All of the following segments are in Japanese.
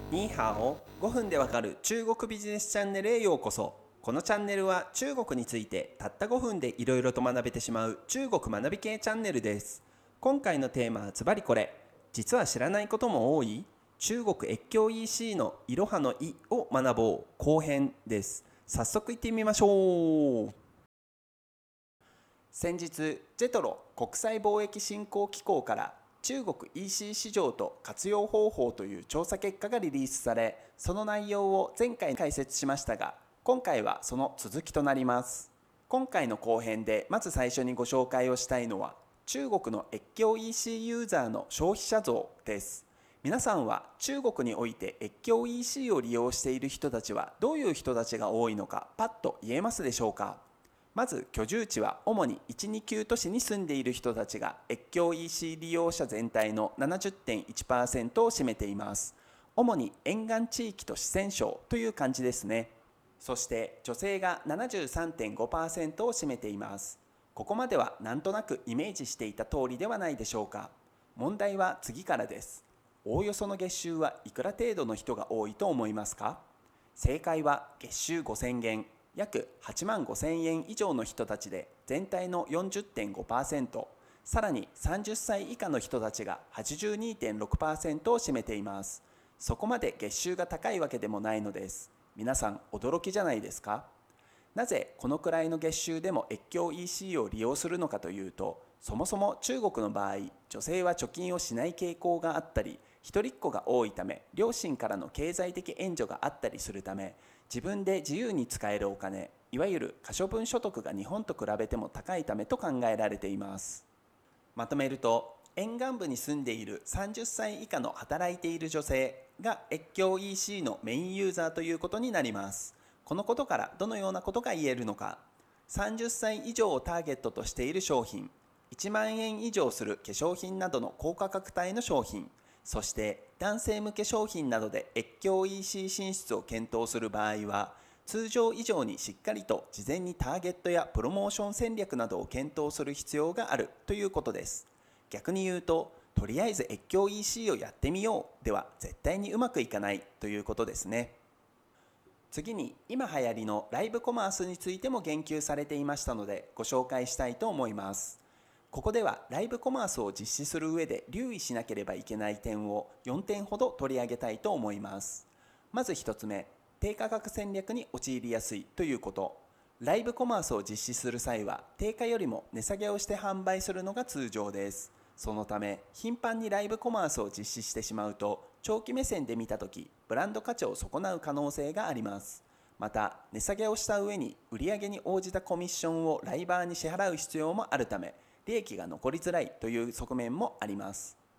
ニーハオ、5分でわかる中国ビジネスチャンネルへようこそ。このチャンネルは中国についてたった5分でいろいろと学べてしまう中国学び系チャンネルです。今回のテーマはズバリこれ。実は知らないことも多い中国越境 EC のいろはのいを学ぼう後編です。早速いってみましょう。先日ジェトロ国際貿易振興機構から中国 EC 市場と活用方法という調査結果がリリースされ、その内容を前回解説しましたが、今回はその続きとなります。今回の後編でまず最初にご紹介をしたいのは、中国の越境 EC ユーザーの消費者像です。皆さんは中国において越境 EC を利用している人たちはどういう人たちが多いのか、パッと言えますでしょうか。まず居住地は主に1、2級都市に住んでいる人たちが越境 EC 利用者全体の 70.1% を占めています。主に沿岸地域と四川省という感じですね。そして女性が 73.5% を占めています。ここまではなんとなくイメージしていた通りではないでしょうか。問題は次からです。おおよその月収はいくら程度の人が多いと思いますか？正解は月収5000元。約8万5千円以上の人たちで全体の 40.5%、 さらに30歳以下の人たちが 82.6% を占めています。そこまで月収が高いわけでもないのです。皆さん驚きじゃないですか？なぜこのくらいの月収でも越境 EC を利用するのかというと、そもそも中国の場合、女性は貯金をしない傾向があったり、一人っ子が多いため両親からの経済的援助があったりするため、自分で自由に使えるお金、いわゆる可処分所得が日本と比べても高いためと考えられています。まとめると、沿岸部に住んでいる30歳以下の働いている女性が越境 EC のメインユーザーということになります。このことからどのようなことが言えるのか。30歳以上をターゲットとしている商品、1万円以上する化粧品などの高価格帯の商品、そして男性向け商品などで越境 EC 進出を検討する場合は、通常以上にしっかりと事前にターゲットやプロモーション戦略などを検討する必要があるということです。逆に言うと、とりあえず越境 EC をやってみようでは絶対にうまくいかないということですね。次に今流行りのライブコマースについても言及されていましたのでご紹介したいと思います。ここではライブコマースを実施する上で留意しなければいけない点を4点ほど取り上げたいと思います。まず1つ目、低価格戦略に陥りやすいということ。ライブコマースを実施する際は定価よりも値下げをして販売するのが通常です。そのため頻繁にライブコマースを実施してしまうと、長期目線で見たときブランド価値を損なう可能性があります。また値下げをした上に売上に応じたコミッションをライバーに支払う必要もあるため、利益が残りづらいという側面もあります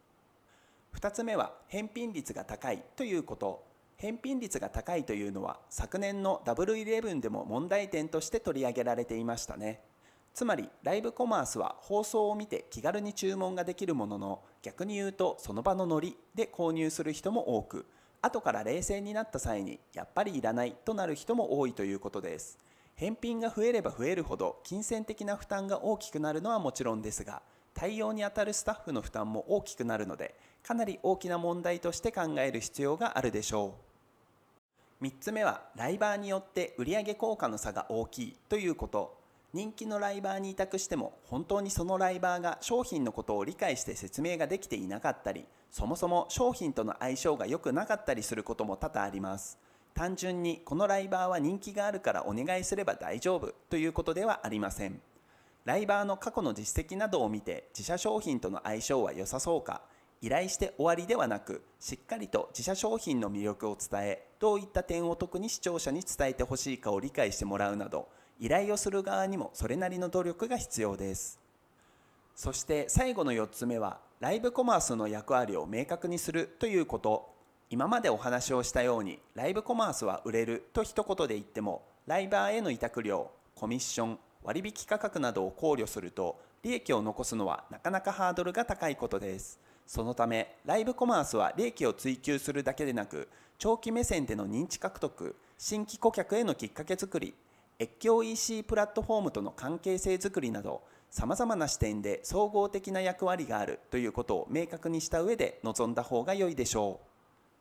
。2つ目は返品率が高いということ。返品率が高いというのは昨年のダブルイレブンでも問題点として取り上げられていましたね。つまりライブコマースは放送を見て気軽に注文ができるものの、逆に言うとその場のノリで購入する人も多く、後から冷静になった際にやっぱりいらないとなる人も多いということです。返品が増えれば増えるほど金銭的な負担が大きくなるのはもちろんですが、対応に当たるスタッフの負担も大きくなるので、かなり大きな問題として考える必要があるでしょう。3つ目はライバーによって売上効果の差が大きいということ。人気のライバーに委託しても本当にそのライバーが商品のことを理解して説明ができていなかったり、そもそも商品との相性が良くなかったりすることも多々あります。単純にこのライバーは人気があるからお願いすれば大丈夫ということではありません。ライバーの過去の実績などを見て自社商品との相性は良さそうか、依頼して終わりではなく、しっかりと自社商品の魅力を伝え、どういった点を特に視聴者に伝えてほしいかを理解してもらうなど、依頼をする側にもそれなりの努力が必要です。そして最後の4つ目はライブコマースの役割を明確にするということ。今までお話をしたようにライブコマースは売れると一言で言っても、ライバーへの委託料、コミッション、割引価格などを考慮すると利益を残すのはなかなかハードルが高いことです。そのためライブコマースは利益を追求するだけでなく、長期目線での認知獲得、新規顧客へのきっかけ作り、越境 EC プラットフォームとの関係性づくりなど、さまざまな視点で総合的な役割があるということを明確にした上で臨んだ方が良いでしょう。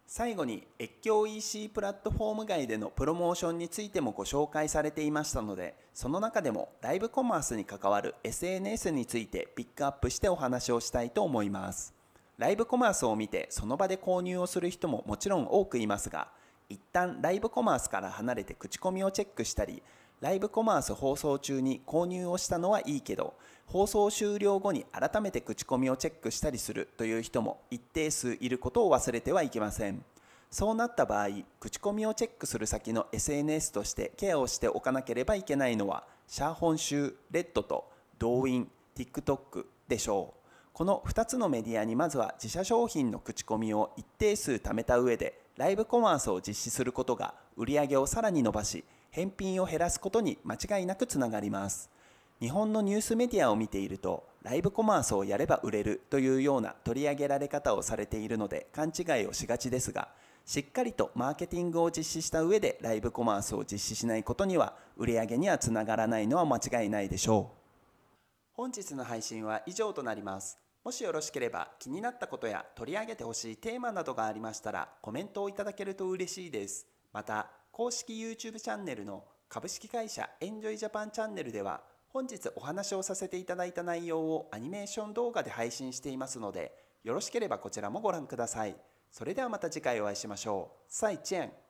最後に越境 EC プラットフォーム外でのプロモーションについてもご紹介されていましたので、その中でもライブコマースに関わる SNS についてピックアップしてお話をしたいと思います。ライブコマースを見てその場で購入をする人ももちろん多くいますが、一旦ライブコマースから離れて口コミをチェックしたり、ライブコマース放送中に購入をしたのはいいけど、放送終了後に改めて口コミをチェックしたりするという人も一定数いることを忘れてはいけません。そうなった場合、口コミをチェックする先の SNS としてケアをしておかなければいけないのは、シャーホン集、レッドとドーイン、TikTok でしょう。この2つのメディアにまずは自社商品の口コミを一定数貯めた上で、ライブコマースを実施することが売上をさらに伸ばし、返品を減らすことに間違いなくつながります。日本のニュースメディアを見ていると、ライブコマースをやれば売れるというような取り上げられ方をされているので勘違いをしがちですが、しっかりとマーケティングを実施した上でライブコマースを実施しないことには売上にはつながらないのは間違いないでしょう。本日の配信は以上となります。もしよろしければ気になったことや取り上げてほしいテーマなどがありましたらコメントをいただけると嬉しいです。また、公式 YouTube チャンネルの株式会社エンジョイジャパンチャンネルでは、本日お話をさせていただいた内容をアニメーション動画で配信していますので、よろしければこちらもご覧ください。それではまた次回お会いしましょう。再见。